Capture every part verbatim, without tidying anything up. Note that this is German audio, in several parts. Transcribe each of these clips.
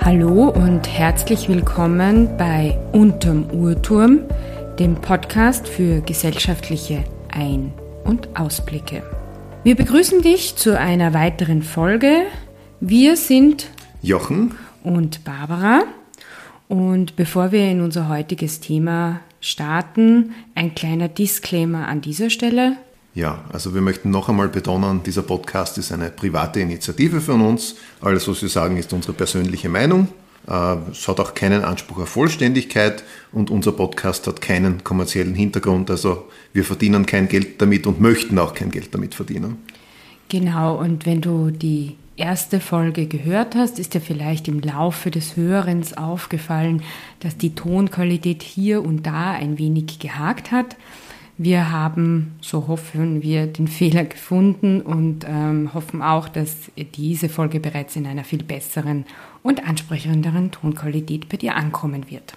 Hallo und herzlich willkommen bei Unterm Uhrturm, dem Podcast für gesellschaftliche Ein- und Ausblicke. Wir begrüßen dich zu einer weiteren Folge. Wir sind Jochen und Barbara. Und bevor wir in unser heutiges Thema starten, ein kleiner Disclaimer an dieser Stelle. Ja, also wir möchten noch einmal betonen, dieser Podcast ist eine private Initiative von uns. Alles, was wir sagen, ist unsere persönliche Meinung. Es hat auch keinen Anspruch auf Vollständigkeit und unser Podcast hat keinen kommerziellen Hintergrund. Also wir verdienen kein Geld damit und möchten auch kein Geld damit verdienen. Genau, und wenn du die erste Folge gehört hast, ist dir vielleicht im Laufe des Hörens aufgefallen, dass die Tonqualität hier und da ein wenig gehakt hat. Wir haben, so hoffen wir, den Fehler gefunden und ähm, hoffen auch, dass diese Folge bereits in einer viel besseren und ansprechenderen Tonqualität bei dir ankommen wird.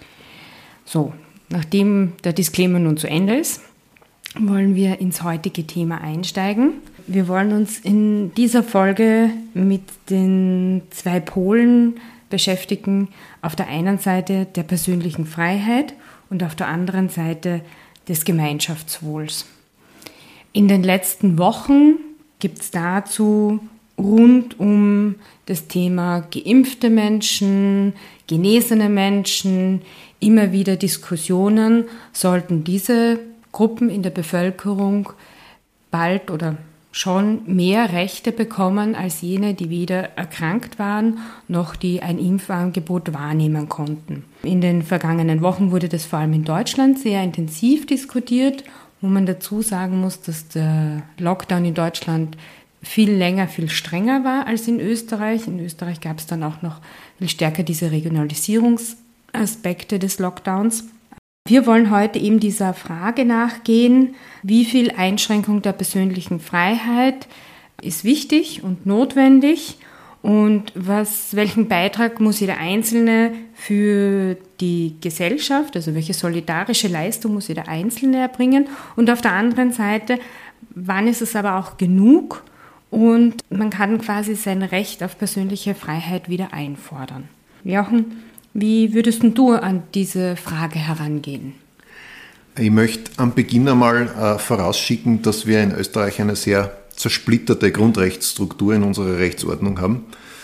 So, nachdem der Disclaimer nun zu Ende ist, wollen wir ins heutige Thema einsteigen. Wir wollen uns in dieser Folge mit den zwei Polen beschäftigen. Auf der einen Seite der persönlichen Freiheit und auf der anderen Seite des Gemeinschaftswohls. In den letzten Wochen gibt es dazu rund um das Thema geimpfte Menschen, genesene Menschen immer wieder Diskussionen, sollten diese Gruppen in der Bevölkerung bald oder schon mehr Rechte bekommen als jene, die weder erkrankt waren, noch die ein Impfangebot wahrnehmen konnten. In den vergangenen Wochen wurde das vor allem in Deutschland sehr intensiv diskutiert, wo man dazu sagen muss, dass der Lockdown in Deutschland viel länger, viel strenger war als in Österreich. In Österreich gab es dann auch noch viel stärker diese Regionalisierungsaspekte des Lockdowns. Wir wollen heute eben dieser Frage nachgehen, wie viel Einschränkung der persönlichen Freiheit ist wichtig und notwendig und was, welchen Beitrag muss jeder Einzelne für die Gesellschaft, also welche solidarische Leistung muss jeder Einzelne erbringen und auf der anderen Seite, wann ist es aber auch genug und man kann quasi sein Recht auf persönliche Freiheit wieder einfordern. Jochen, wie würdest du an diese Frage herangehen? Ich möchte am Beginn einmal äh, vorausschicken, dass wir in Österreich eine sehr zersplitterte Grundrechtsstruktur in unserer Rechtsordnung haben.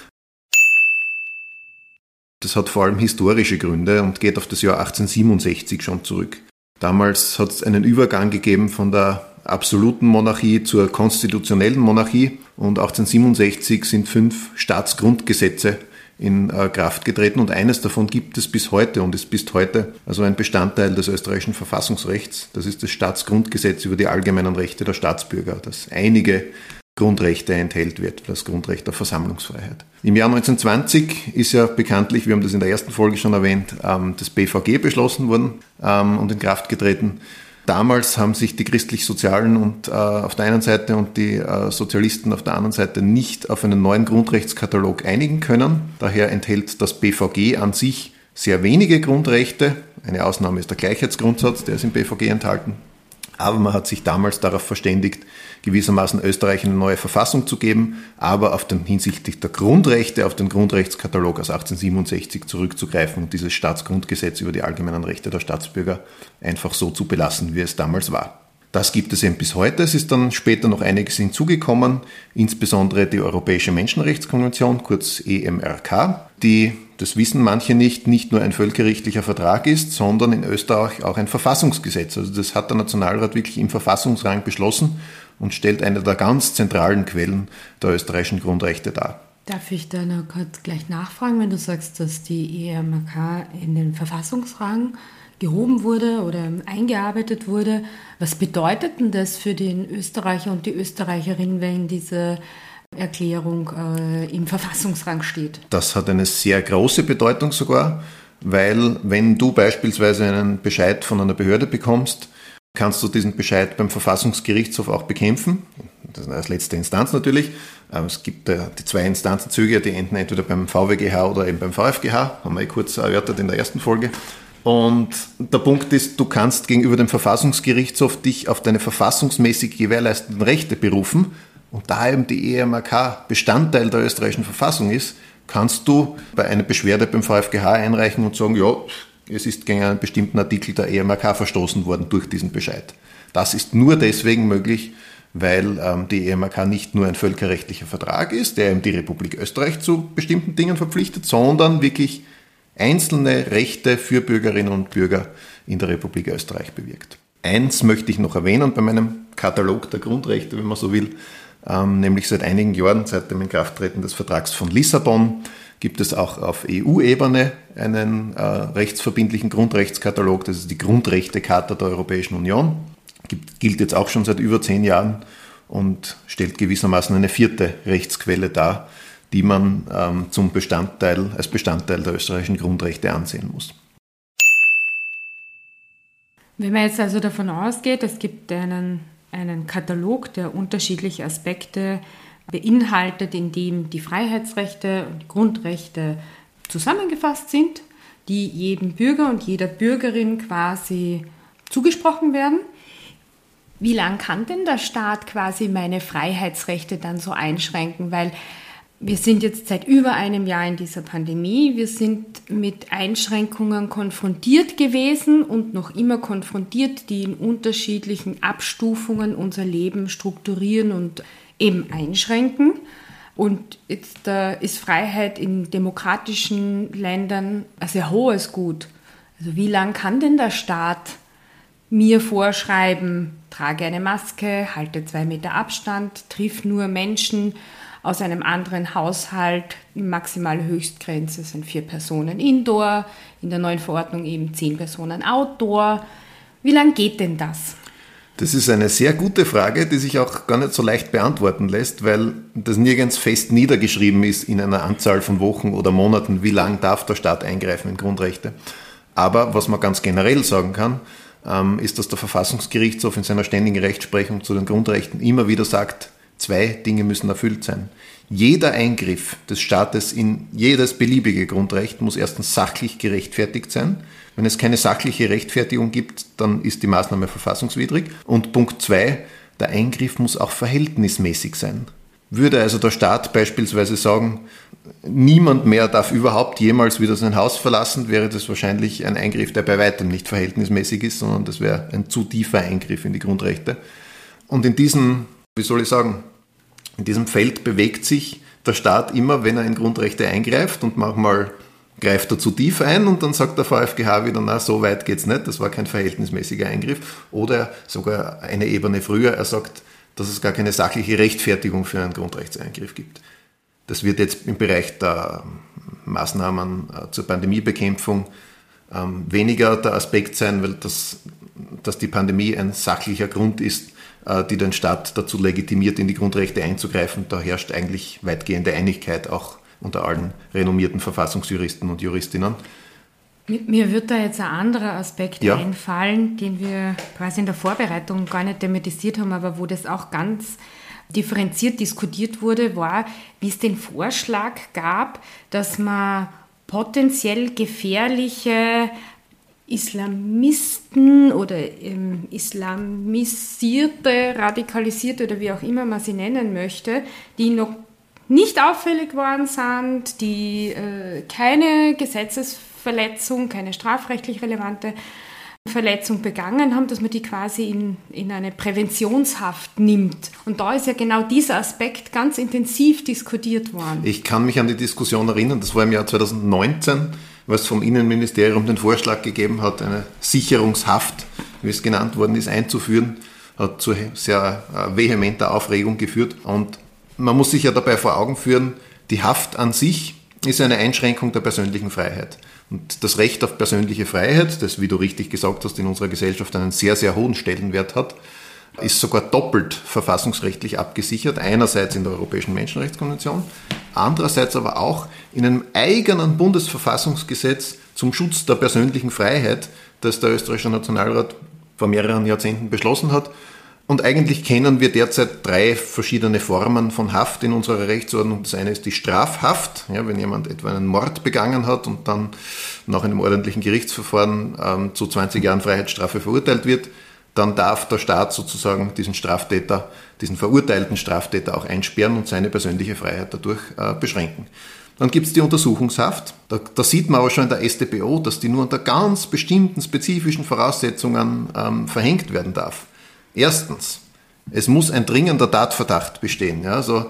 Das hat vor allem historische Gründe und geht auf das Jahr achtzehnhundertsiebenundsechzig schon zurück. Damals hat es einen Übergang gegeben von der absoluten Monarchie zur konstitutionellen Monarchie und achtzehnhundertsiebenundsechzig sind fünf Staatsgrundgesetze in äh, Kraft getreten und eines davon gibt es bis heute und ist bis heute also ein Bestandteil des österreichischen Verfassungsrechts. Das ist das Staatsgrundgesetz über die allgemeinen Rechte der Staatsbürger, das einige Grundrechte enthält wird, das Grundrecht der Versammlungsfreiheit. Im Jahr neunzehnhundertzwanzig ist ja bekanntlich, wir haben das in der ersten Folge schon erwähnt, ähm, das B V G beschlossen worden ähm, und in Kraft getreten. Damals haben sich die Christlich-Sozialen und, äh, auf der einen Seite und die äh, Sozialisten auf der anderen Seite nicht auf einen neuen Grundrechtskatalog einigen können. Daher enthält das B V G an sich sehr wenige Grundrechte. Eine Ausnahme ist der Gleichheitsgrundsatz, der ist im B V G enthalten. Aber man hat sich damals darauf verständigt, gewissermaßen Österreich eine neue Verfassung zu geben, aber auf den, hinsichtlich der Grundrechte auf den Grundrechtskatalog aus achtzehnhundertsiebenundsechzig zurückzugreifen und dieses Staatsgrundgesetz über die allgemeinen Rechte der Staatsbürger einfach so zu belassen, wie es damals war. Das gibt es eben bis heute. Es ist dann später noch einiges hinzugekommen, insbesondere die Europäische Menschenrechtskonvention, kurz E M R K, die, das wissen manche nicht, nicht nur ein völkerrechtlicher Vertrag ist, sondern in Österreich auch ein Verfassungsgesetz. Also das hat der Nationalrat wirklich im Verfassungsrang beschlossen und stellt eine der ganz zentralen Quellen der österreichischen Grundrechte dar. Darf ich da noch kurz gleich nachfragen, wenn du sagst, dass die E M R K in den Verfassungsrang gehoben wurde oder eingearbeitet wurde. Was bedeutet denn das für den Österreicher und die Österreicherin, wenn diese Erklärung äh, im Verfassungsrang steht? Das hat eine sehr große Bedeutung sogar, weil wenn du beispielsweise einen Bescheid von einer Behörde bekommst, kannst du diesen Bescheid beim Verfassungsgerichtshof auch bekämpfen. Das ist als letzte Instanz natürlich. Es gibt die zwei Instanzenzüge, die enden entweder beim V W G H oder eben beim V F G H, haben wir eh kurz erörtert in der ersten Folge. Und der Punkt ist, du kannst gegenüber dem Verfassungsgerichtshof dich auf deine verfassungsmäßig gewährleisteten Rechte berufen. Und da eben die E M R K Bestandteil der österreichischen Verfassung ist, kannst du bei einer Beschwerde beim V f G H einreichen und sagen, ja, es ist gegen einen bestimmten Artikel der E M A K verstoßen worden durch diesen Bescheid. Das ist nur deswegen möglich, weil ähm, die E M A K nicht nur ein völkerrechtlicher Vertrag ist, der eben die Republik Österreich zu bestimmten Dingen verpflichtet, sondern wirklich einzelne Rechte für Bürgerinnen und Bürger in der Republik Österreich bewirkt. Eins möchte ich noch erwähnen bei meinem Katalog der Grundrechte, wenn man so will, ähm, nämlich seit einigen Jahren, seit dem Inkrafttreten des Vertrags von Lissabon, gibt es auch auf E U-Ebene einen äh, rechtsverbindlichen Grundrechtskatalog, das ist die Grundrechtecharta der Europäischen Union, gibt, gilt jetzt auch schon seit über zehn Jahren und stellt gewissermaßen eine vierte Rechtsquelle dar, die man ähm, zum Bestandteil, als Bestandteil der österreichischen Grundrechte ansehen muss. Wenn man jetzt also davon ausgeht, es gibt einen, einen Katalog, der unterschiedliche Aspekte beinhaltet, in dem die Freiheitsrechte und die Grundrechte zusammengefasst sind, die jedem Bürger und jeder Bürgerin quasi zugesprochen werden. Wie lang kann denn der Staat quasi meine Freiheitsrechte dann so einschränken? Weil wir sind jetzt seit über einem Jahr in dieser Pandemie. Wir sind mit Einschränkungen konfrontiert gewesen und noch immer konfrontiert, die in unterschiedlichen Abstufungen unser Leben strukturieren und eben einschränken. Und jetzt äh, ist Freiheit in demokratischen Ländern ein sehr hohes Gut. Also wie lang kann denn der Staat mir vorschreiben, trage eine Maske, halte zwei Meter Abstand, triff nur Menschen aus einem anderen Haushalt, die maximale Höchstgrenze sind vier Personen Indoor, in der neuen Verordnung eben zehn Personen Outdoor. Wie lang geht denn das? Das ist eine sehr gute Frage, die sich auch gar nicht so leicht beantworten lässt, weil das nirgends fest niedergeschrieben ist in einer Anzahl von Wochen oder Monaten, wie lang darf der Staat eingreifen in Grundrechte. Aber was man ganz generell sagen kann, ist, dass der Verfassungsgerichtshof in seiner ständigen Rechtsprechung zu den Grundrechten immer wieder sagt, zwei Dinge müssen erfüllt sein. Jeder Eingriff des Staates in jedes beliebige Grundrecht muss erstens sachlich gerechtfertigt sein. Wenn es keine sachliche Rechtfertigung gibt, dann ist die Maßnahme verfassungswidrig. Und Punkt zwei, der Eingriff muss auch verhältnismäßig sein. Würde also der Staat beispielsweise sagen, niemand mehr darf überhaupt jemals wieder sein Haus verlassen, wäre das wahrscheinlich ein Eingriff, der bei weitem nicht verhältnismäßig ist, sondern das wäre ein zu tiefer Eingriff in die Grundrechte. Und in diesem, wie soll ich sagen, in diesem Feld bewegt sich der Staat immer, wenn er in Grundrechte eingreift, und manchmal greift er zu tief ein und dann sagt der V f G H wieder, na, so weit geht's nicht, das war kein verhältnismäßiger Eingriff. Oder sogar eine Ebene früher, er sagt, dass es gar keine sachliche Rechtfertigung für einen Grundrechtseingriff gibt. Das wird jetzt im Bereich der Maßnahmen zur Pandemiebekämpfung ähm, weniger der Aspekt sein, weil das, dass die Pandemie ein sachlicher Grund ist, äh, die den Staat dazu legitimiert, in die Grundrechte einzugreifen. Da herrscht eigentlich weitgehende Einigkeit auch unter allen renommierten Verfassungsjuristen und Juristinnen. Mir wird da jetzt ein anderer Aspekt ja. einfallen, den wir quasi in der Vorbereitung gar nicht thematisiert haben, aber wo das auch ganz differenziert diskutiert wurde, war, wie es den Vorschlag gab, dass man potenziell gefährliche Islamisten oder ähm, islamisierte, radikalisierte oder wie auch immer man sie nennen möchte, die noch nicht auffällig worden sind, die äh, keine Gesetzesverletzung, keine strafrechtlich relevante Verletzung begangen haben, dass man die quasi in, in eine Präventionshaft nimmt. Und da ist ja genau dieser Aspekt ganz intensiv diskutiert worden. Ich kann mich an die Diskussion erinnern, das war im Jahr zweitausendneunzehn, was vom Innenministerium den Vorschlag gegeben hat, eine Sicherungshaft, wie es genannt worden ist, einzuführen, hat zu sehr äh, vehementer Aufregung geführt. Und man muss sich ja dabei vor Augen führen, die Haft an sich ist eine Einschränkung der persönlichen Freiheit. Und das Recht auf persönliche Freiheit, das, wie du richtig gesagt hast, in unserer Gesellschaft einen sehr, sehr hohen Stellenwert hat, ist sogar doppelt verfassungsrechtlich abgesichert. Einerseits in der Europäischen Menschenrechtskonvention, andererseits aber auch in einem eigenen Bundesverfassungsgesetz zum Schutz der persönlichen Freiheit, das der österreichische Nationalrat vor mehreren Jahrzehnten beschlossen hat. Und eigentlich kennen wir derzeit drei verschiedene Formen von Haft in unserer Rechtsordnung. Das eine ist die Strafhaft, ja, wenn jemand etwa einen Mord begangen hat und dann nach einem ordentlichen Gerichtsverfahren ähm, zu zwanzig Jahren Freiheitsstrafe verurteilt wird, dann darf der Staat sozusagen diesen Straftäter, diesen verurteilten Straftäter auch einsperren und seine persönliche Freiheit dadurch äh, beschränken. Dann gibt es die Untersuchungshaft. Da, da sieht man aber schon in der S t b o, dass die nur unter ganz bestimmten spezifischen Voraussetzungen ähm, verhängt werden darf. Erstens, es muss ein dringender Tatverdacht bestehen. Ja, also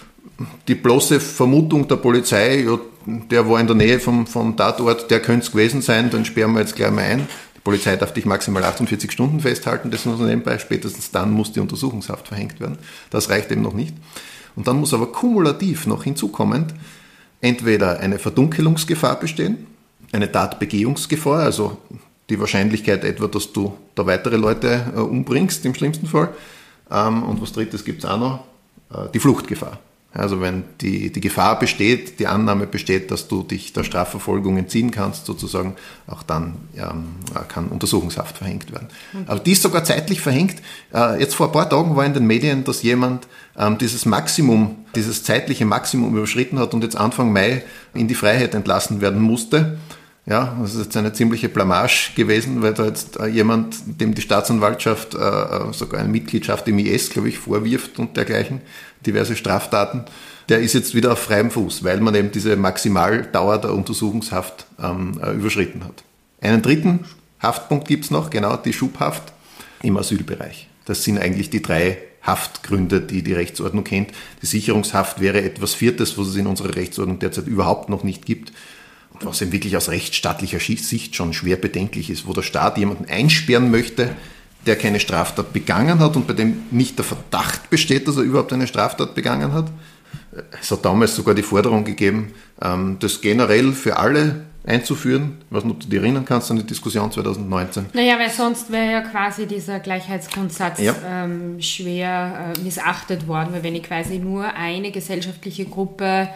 die bloße Vermutung der Polizei, ja, der war in der Nähe vom, vom Tatort, der könnte es gewesen sein, dann sperren wir jetzt gleich mal ein. Die Polizei darf dich maximal achtundvierzig Stunden festhalten, das nur so nebenbei. Spätestens dann muss die Untersuchungshaft verhängt werden. Das reicht eben noch nicht. Und dann muss aber kumulativ noch hinzukommend entweder eine Verdunkelungsgefahr bestehen, eine Tatbegehungsgefahr, also die Wahrscheinlichkeit etwa, dass du da weitere Leute äh, umbringst, im schlimmsten Fall. Ähm, und was Drittes gibt es auch noch, äh, die Fluchtgefahr. Also wenn die, die Gefahr besteht, die Annahme besteht, dass du dich der Strafverfolgung entziehen kannst, sozusagen, auch dann ähm, kann Untersuchungshaft verhängt werden. Mhm. Aber die ist sogar zeitlich verhängt. Äh, jetzt vor ein paar Tagen war in den Medien, dass jemand ähm, dieses Maximum, dieses zeitliche Maximum überschritten hat und jetzt Anfang Mai in die Freiheit entlassen werden musste. Ja, das ist jetzt eine ziemliche Blamage gewesen, weil da jetzt äh, jemand, dem die Staatsanwaltschaft äh, sogar eine Mitgliedschaft im I S, glaube ich, vorwirft und dergleichen, diverse Straftaten, der ist jetzt wieder auf freiem Fuß, weil man eben diese Maximaldauer der Untersuchungshaft ähm, äh, überschritten hat. Einen dritten Haftpunkt gibt es noch, genau, die Schubhaft im Asylbereich. Das sind eigentlich die drei Haftgründe, die die Rechtsordnung kennt. Die Sicherungshaft wäre etwas Viertes, was es in unserer Rechtsordnung derzeit überhaupt noch nicht gibt. Was eben wirklich aus rechtsstaatlicher Sicht schon schwer bedenklich ist, wo der Staat jemanden einsperren möchte, der keine Straftat begangen hat und bei dem nicht der Verdacht besteht, dass er überhaupt eine Straftat begangen hat. Es hat damals sogar die Forderung gegeben, das generell für alle einzuführen. Ich weiß nicht, ob du dich erinnern kannst an die Diskussion zwanzig neunzehn. Naja, weil sonst wäre ja quasi dieser Gleichheitsgrundsatz ja. ähm, schwer äh, missachtet worden, weil wenn ich quasi nur eine gesellschaftliche Gruppe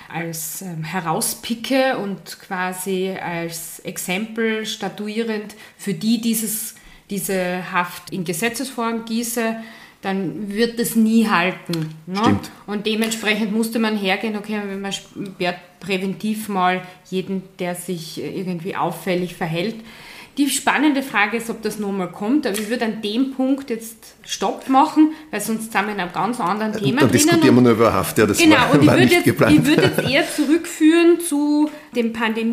als ähm, herauspicke und quasi als Exempel statuierend für die dieses, diese Haft in Gesetzesform gieße, dann wird das nie halten. Ne? Stimmt. Und dementsprechend musste man hergehen, okay, man sperrt präventiv mal jeden, der sich irgendwie auffällig verhält. Die spannende Frage ist, ob das nochmal kommt, aber ich würde an dem Punkt jetzt Stopp machen, weil sonst sind wir in einem ganz anderen Thema Dann drinnen. diskutieren wir nur über Haft, ja, das genau, war, und ich war würde nicht jetzt, geplant. Ich würde jetzt eher zurückführen zu den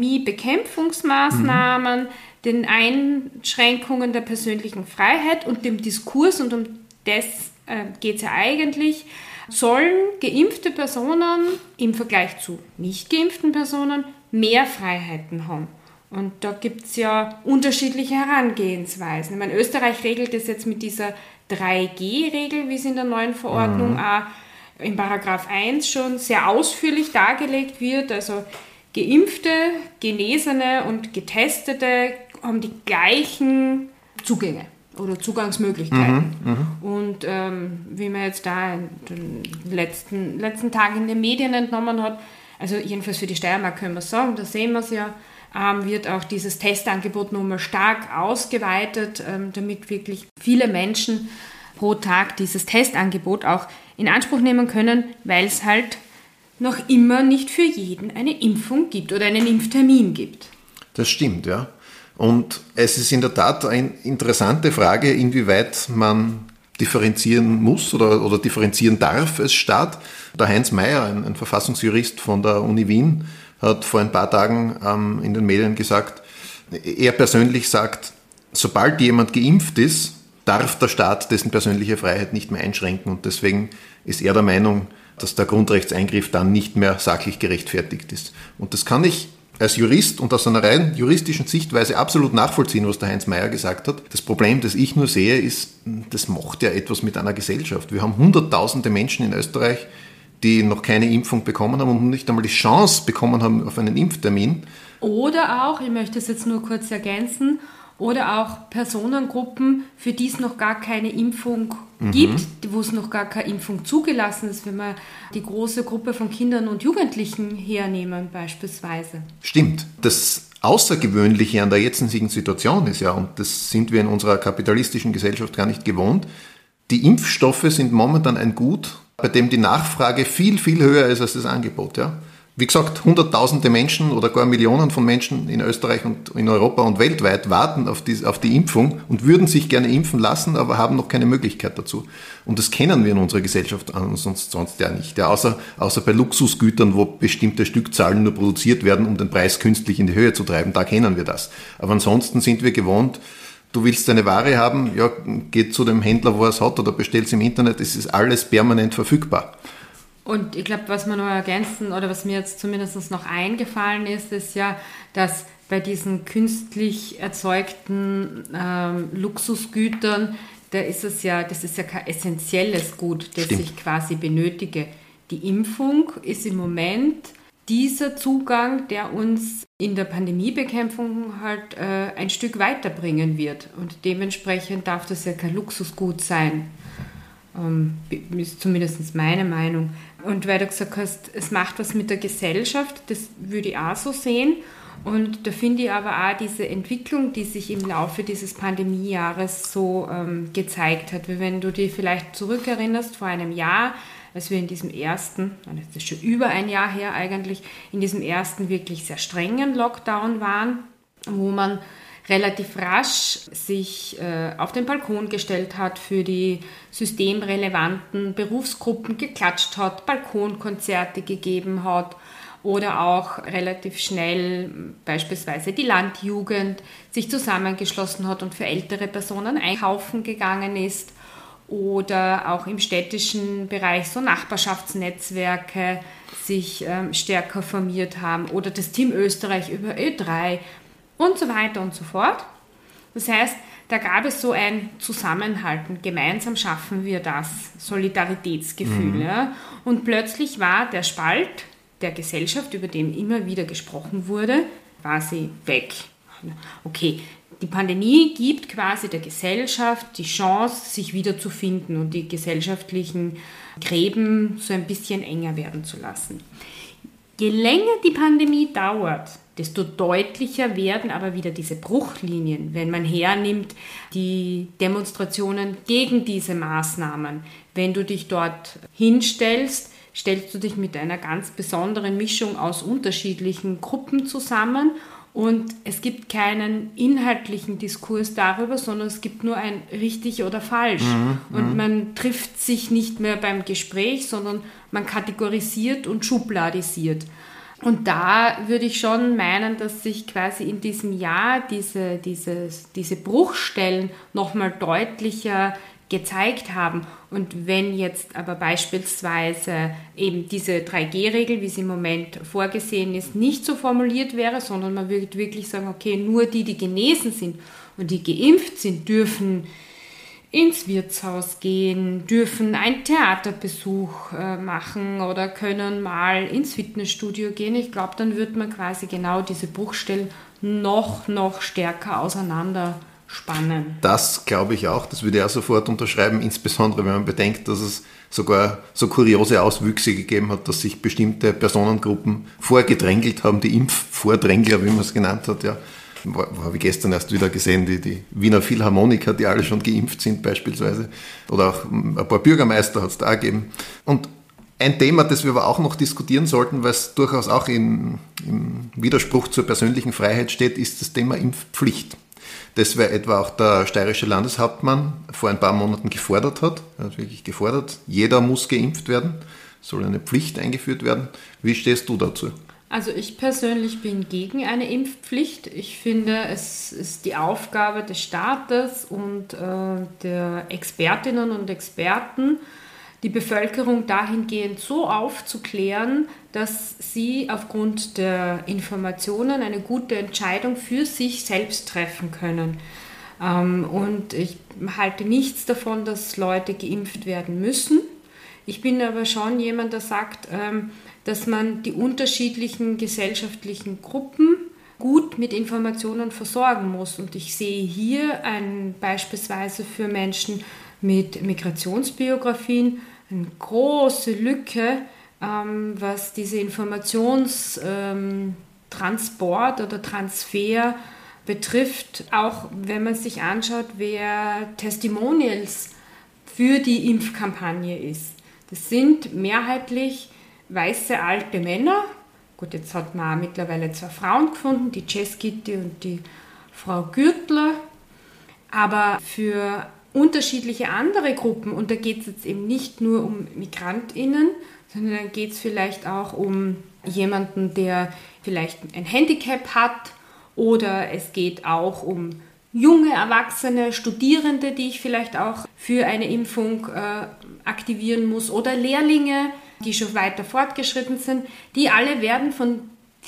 Pandemie-Bekämpfungsmaßnahmen, mhm. den Einschränkungen der persönlichen Freiheit und dem Diskurs, und um das äh, geht es ja eigentlich, sollen geimpfte Personen im Vergleich zu nicht geimpften Personen mehr Freiheiten haben. Und da gibt es ja unterschiedliche Herangehensweisen. Ich meine, Österreich regelt das jetzt mit dieser drei G Regel, wie es in der neuen Verordnung mhm. auch in Paragraph eins schon sehr ausführlich dargelegt wird. Also Geimpfte, Genesene und Getestete haben die gleichen Zugänge oder Zugangsmöglichkeiten. Mhm, mh. Und ähm, wie man jetzt da in den letzten, letzten Tagen in den Medien entnommen hat, also jedenfalls für die Steiermark können wir sagen, da sehen wir es ja, ähm, wird auch dieses Testangebot nochmal stark ausgeweitet, ähm, damit wirklich viele Menschen pro Tag dieses Testangebot auch in Anspruch nehmen können, weil es halt noch immer nicht für jeden eine Impfung gibt oder einen Impftermin gibt. Das stimmt, ja. Und es ist in der Tat eine interessante Frage, inwieweit man differenzieren muss oder, oder differenzieren darf als Staat. Der Heinz Mayer, ein, ein Verfassungsjurist von der Uni Wien, hat vor ein paar Tagen ähm, in den Medien gesagt, er persönlich sagt, sobald jemand geimpft ist, darf der Staat dessen persönliche Freiheit nicht mehr einschränken. Und deswegen ist er der Meinung, dass der Grundrechtseingriff dann nicht mehr sachlich gerechtfertigt ist. Und das kann ich als Jurist und aus einer rein juristischen Sichtweise absolut nachvollziehen, was der Heinz Mayer gesagt hat. Das Problem, das ich nur sehe, ist, das macht ja etwas mit einer Gesellschaft. Wir haben hunderttausende Menschen in Österreich, die noch keine Impfung bekommen haben und nicht einmal die Chance bekommen haben auf einen Impftermin. Oder auch, ich möchte es jetzt nur kurz ergänzen, oder auch Personengruppen, für die es noch gar keine Impfung mhm. gibt, wo es noch gar keine Impfung zugelassen ist, wenn wir die große Gruppe von Kindern und Jugendlichen hernehmen beispielsweise. Stimmt. Das Außergewöhnliche an der jetzigen Situation ist ja, und das sind wir in unserer kapitalistischen Gesellschaft gar nicht gewohnt, die Impfstoffe sind momentan ein Gut, bei dem die Nachfrage viel, viel höher ist als das Angebot. Ja? Wie gesagt, hunderttausende Menschen oder gar Millionen von Menschen in Österreich und in Europa und weltweit warten auf die, auf die Impfung und würden sich gerne impfen lassen, aber haben noch keine Möglichkeit dazu. Und das kennen wir in unserer Gesellschaft sonst, sonst ja nicht. Ja, außer, außer bei Luxusgütern, wo bestimmte Stückzahlen nur produziert werden, um den Preis künstlich in die Höhe zu treiben, da kennen wir das. Aber ansonsten sind wir gewohnt, du willst eine Ware haben, ja, geh zu dem Händler, wo er es hat, oder bestell's im Internet, es ist alles permanent verfügbar. Und ich glaube, was man noch ergänzen oder was mir jetzt zumindest noch eingefallen ist, ist ja, dass bei diesen künstlich erzeugten ähm, Luxusgütern, da ist es ja, das ist ja kein essentielles Gut, das Stimmt. ich quasi benötige. Die Impfung ist im Moment dieser Zugang, der uns in der Pandemiebekämpfung halt äh, ein Stück weiterbringen wird. Und dementsprechend darf das ja kein Luxusgut sein. Ähm, ist zumindest meine Meinung. Und weil du gesagt hast, es macht was mit der Gesellschaft, das würde ich auch so sehen. Und da finde ich aber auch diese Entwicklung, die sich im Laufe dieses Pandemiejahres so ähm, gezeigt hat. Wie wenn du dich vielleicht zurückerinnerst, vor einem Jahr, als wir in diesem ersten, das ist schon über ein Jahr her eigentlich, in diesem ersten wirklich sehr strengen Lockdown waren, wo man relativ rasch sich äh, auf den Balkon gestellt hat, für die systemrelevanten Berufsgruppen geklatscht hat, Balkonkonzerte gegeben hat oder auch relativ schnell beispielsweise die Landjugend sich zusammengeschlossen hat und für ältere Personen einkaufen gegangen ist oder auch im städtischen Bereich so Nachbarschaftsnetzwerke sich ähm, stärker formiert haben oder das Team Österreich über Ö drei und so weiter und so fort. Das heißt, da gab es so ein Zusammenhalten, gemeinsam schaffen wir das, Solidaritätsgefühl. Mhm. Ja. Und plötzlich war der Spalt der Gesellschaft, über den immer wieder gesprochen wurde, quasi weg. Okay, die Pandemie gibt quasi der Gesellschaft die Chance, sich wiederzufinden und die gesellschaftlichen Gräben so ein bisschen enger werden zu lassen. Je länger die Pandemie dauert, desto deutlicher werden aber wieder diese Bruchlinien, wenn man hernimmt die Demonstrationen gegen diese Maßnahmen. Wenn du dich dort hinstellst, stellst du dich mit einer ganz besonderen Mischung aus unterschiedlichen Gruppen zusammen und es gibt keinen inhaltlichen Diskurs darüber, sondern es gibt nur ein richtig oder falsch. Mhm, und man trifft sich nicht mehr beim Gespräch, sondern man kategorisiert und schubladisiert. Und da würde ich schon meinen, dass sich quasi in diesem Jahr diese, diese, diese Bruchstellen nochmal deutlicher gezeigt haben. Und wenn jetzt aber beispielsweise eben diese drei G Regel, wie sie im Moment vorgesehen ist, nicht so formuliert wäre, sondern man würde wirklich sagen, okay, nur die, die genesen sind und die geimpft sind, dürfen ins Wirtshaus gehen, dürfen einen Theaterbesuch äh, machen oder können mal ins Fitnessstudio gehen. Ich glaube, dann wird man quasi genau diese Bruchstellen noch, noch stärker auseinander spannen. Das glaube ich auch, das würde ich auch sofort unterschreiben, insbesondere wenn man bedenkt, dass es sogar so kuriose Auswüchse gegeben hat, dass sich bestimmte Personengruppen vorgedrängelt haben, die Impfvordrängler, wie man es genannt hat, ja. Habe ich gestern erst wieder gesehen, die, die Wiener Philharmoniker, die alle schon geimpft sind beispielsweise. Oder auch ein paar Bürgermeister hat es da gegeben. Und ein Thema, das wir aber auch noch diskutieren sollten, weil es durchaus auch in, im Widerspruch zur persönlichen Freiheit steht, ist das Thema Impfpflicht. Das wäre etwa auch der steirische Landeshauptmann vor ein paar Monaten gefordert hat. Er hat wirklich gefordert, jeder muss geimpft werden, soll eine Pflicht eingeführt werden. Wie stehst du dazu? Also ich persönlich bin gegen eine Impfpflicht. Ich finde, es ist die Aufgabe des Staates und äh, der Expertinnen und Experten, die Bevölkerung dahingehend so aufzuklären, dass sie aufgrund der Informationen eine gute Entscheidung für sich selbst treffen können. Ähm, und ich halte nichts davon, dass Leute geimpft werden müssen. Ich bin aber schon jemand, der sagt, ähm, dass man die unterschiedlichen gesellschaftlichen Gruppen gut mit Informationen versorgen muss. Und ich sehe hier ein, beispielsweise für Menschen mit Migrationsbiografien eine große Lücke, ähm, was diese Informationstransport ähm, oder Transfer betrifft. Auch wenn man sich anschaut, wer Testimonials für die Impfkampagne ist. Das sind mehrheitlich weiße alte Männer, Gut, jetzt hat man auch mittlerweile zwei Frauen gefunden, die Jess Gitti und die Frau Gürtler. Aber für unterschiedliche andere Gruppen, und da geht es jetzt eben nicht nur um MigrantInnen, sondern dann geht es vielleicht auch um jemanden, der vielleicht ein Handicap hat, oder es geht auch um junge Erwachsene, Studierende, die ich vielleicht auch für eine Impfung äh, aktivieren muss, oder Lehrlinge, die schon weiter fortgeschritten sind. Die alle werden von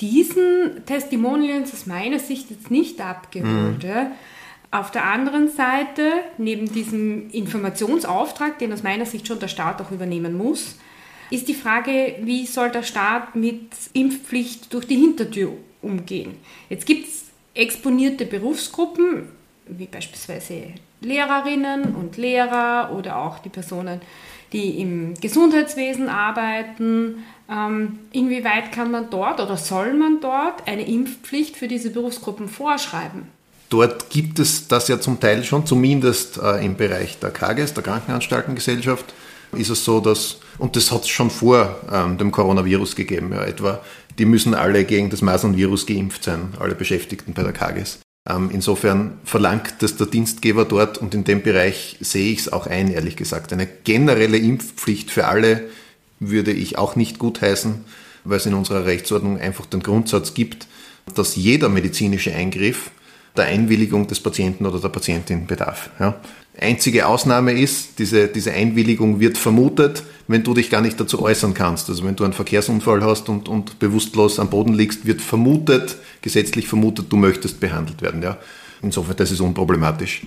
diesen Testimonials aus meiner Sicht jetzt nicht abgeholt. Mhm. Ja. Auf der anderen Seite, neben diesem Informationsauftrag, den aus meiner Sicht schon der Staat auch übernehmen muss, ist die Frage, wie soll der Staat mit Impfpflicht durch die Hintertür umgehen? Jetzt gibt es exponierte Berufsgruppen, wie beispielsweise Lehrerinnen und Lehrer oder auch die Personen, die im Gesundheitswesen arbeiten. Ähm, inwieweit kann man dort oder soll man dort eine Impfpflicht für diese Berufsgruppen vorschreiben? Dort gibt es das ja zum Teil schon, zumindest äh, im Bereich der K G S, der Krankenanstaltengesellschaft, ist es so, dass, und das hat es schon vor ähm, dem Coronavirus gegeben, ja, etwa, die müssen alle gegen das Masernvirus geimpft sein, alle Beschäftigten bei der K G S. Ähm, insofern verlangt das der Dienstgeber dort, und in dem Bereich sehe ich es auch ein, ehrlich gesagt. Eine generelle Impfpflicht für alle würde ich auch nicht gutheißen, weil es in unserer Rechtsordnung einfach den Grundsatz gibt, dass jeder medizinische Eingriff der Einwilligung des Patienten oder der Patientin bedarf. Ja. Einzige Ausnahme ist, diese, diese Einwilligung wird vermutet, wenn du dich gar nicht dazu äußern kannst. Also wenn du einen Verkehrsunfall hast und, und bewusstlos am Boden liegst, wird vermutet, gesetzlich vermutet, du möchtest behandelt werden. Ja. Insofern, das ist unproblematisch.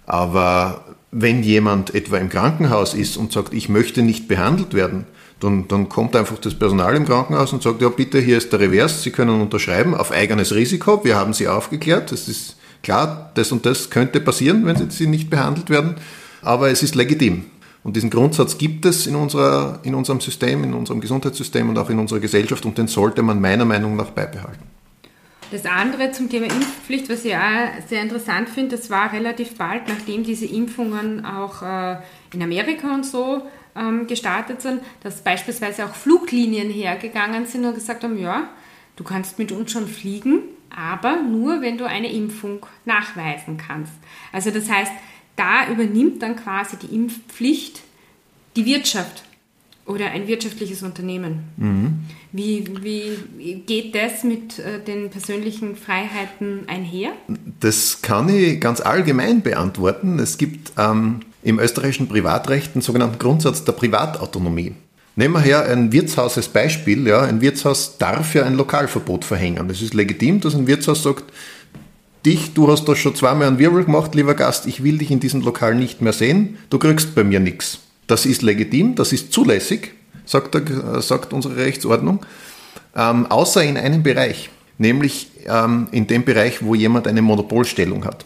Aber wenn jemand etwa im Krankenhaus ist und sagt, ich möchte nicht behandelt werden, dann, dann kommt einfach das Personal im Krankenhaus und sagt, ja bitte, hier ist der Revers, Sie können unterschreiben auf eigenes Risiko, wir haben Sie aufgeklärt, es ist klar, das und das könnte passieren, wenn Sie nicht behandelt werden, aber es ist legitim. Und diesen Grundsatz gibt es in, unserer, in unserem System, in unserem Gesundheitssystem und auch in unserer Gesellschaft, und den sollte man meiner Meinung nach beibehalten. Das andere zum Thema Impfpflicht, was ich auch sehr interessant finde, das war relativ bald, nachdem diese Impfungen auch äh, in Amerika und so ähm, gestartet sind, dass beispielsweise auch Fluglinien hergegangen sind und gesagt haben, ja, du kannst mit uns schon fliegen, aber nur, wenn du eine Impfung nachweisen kannst. Also das heißt, da übernimmt dann quasi die Impfpflicht die Wirtschaft oder ein wirtschaftliches Unternehmen. Mhm. Wie, wie geht das mit äh, den persönlichen Freiheiten einher? Das kann ich ganz allgemein beantworten. Es gibt ähm, im österreichischen Privatrecht einen sogenannten Grundsatz der Privatautonomie. Nehmen wir her ein Wirtshaus als Beispiel. Ja, ein Wirtshaus darf ja ein Lokalverbot verhängen. Es ist legitim, dass ein Wirtshaus sagt, dich, du hast da schon zweimal einen Wirbel gemacht, lieber Gast, ich will dich in diesem Lokal nicht mehr sehen, du kriegst bei mir nichts. Das ist legitim, das ist zulässig, sagt, der, sagt unsere Rechtsordnung, ähm, außer in einem Bereich, nämlich ähm, in dem Bereich, wo jemand eine Monopolstellung hat.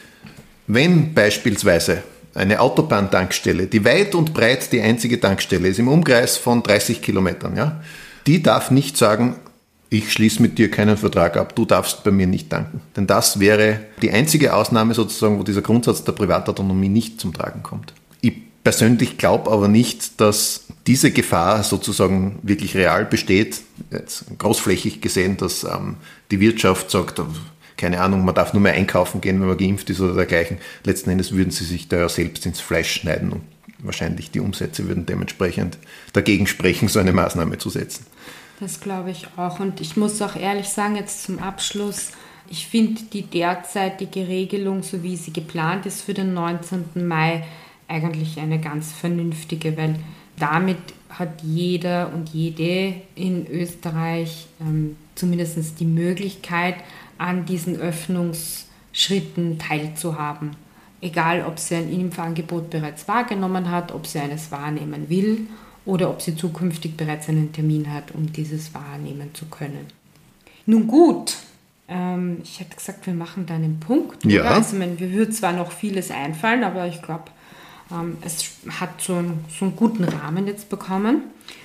Wenn beispielsweise eine Autobahntankstelle, die weit und breit die einzige Tankstelle ist, im Umkreis von dreißig Kilometern, ja, die darf nicht sagen, ich schließe mit dir keinen Vertrag ab, du darfst bei mir nicht tanken. Denn das wäre die einzige Ausnahme sozusagen, wo dieser Grundsatz der Privatautonomie nicht zum Tragen kommt. Ich persönlich glaube aber nicht, dass diese Gefahr sozusagen wirklich real besteht, jetzt großflächig gesehen, dass ähm, die Wirtschaft sagt, keine Ahnung, man darf nur mehr einkaufen gehen, wenn man geimpft ist oder dergleichen. Letzten Endes würden sie sich da ja selbst ins Fleisch schneiden und wahrscheinlich die Umsätze würden dementsprechend dagegen sprechen, so eine Maßnahme zu setzen. Das glaube ich auch. Und ich muss auch ehrlich sagen, jetzt zum Abschluss, ich finde die derzeitige Regelung, so wie sie geplant ist für den neunzehnten Mai, eigentlich eine ganz vernünftige, weil damit hat jeder und jede in Österreich ähm, zumindest die Möglichkeit, an diesen Öffnungsschritten teilzuhaben. Egal, ob sie ein Impfangebot bereits wahrgenommen hat, ob sie eines wahrnehmen will oder ob sie zukünftig bereits einen Termin hat, um dieses wahrnehmen zu können. Nun gut, ähm, ich hätte gesagt, wir machen da einen Punkt. Ja. Oder? Also, ich meine, mir würde zwar noch vieles einfallen, aber ich glaube, ähm, es hat so einen, so einen guten Rahmen jetzt bekommen.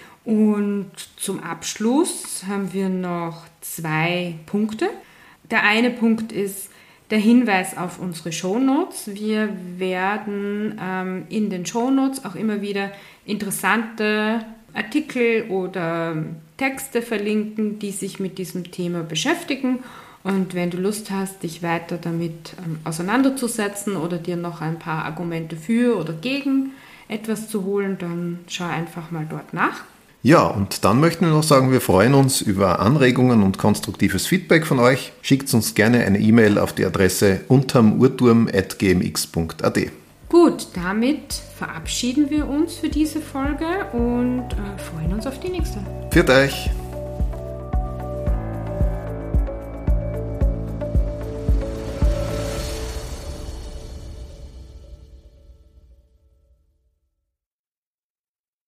Und zum Abschluss haben wir noch zwei Punkte. Der eine Punkt ist der Hinweis auf unsere Shownotes. Wir werden ähm, in den Shownotes auch immer wieder interessante Artikel oder Texte verlinken, die sich mit diesem Thema beschäftigen. Und wenn du Lust hast, dich weiter damit ähm, auseinanderzusetzen oder dir noch ein paar Argumente für oder gegen etwas zu holen, dann schau einfach mal dort nach. Ja, und dann möchten wir noch sagen, wir freuen uns über Anregungen und konstruktives Feedback von euch. Schickt uns gerne eine E-Mail auf die Adresse unterm-urturm at g m x punkt a d. Gut, damit verabschieden wir uns für diese Folge und äh, freuen uns auf die nächste. Viert euch!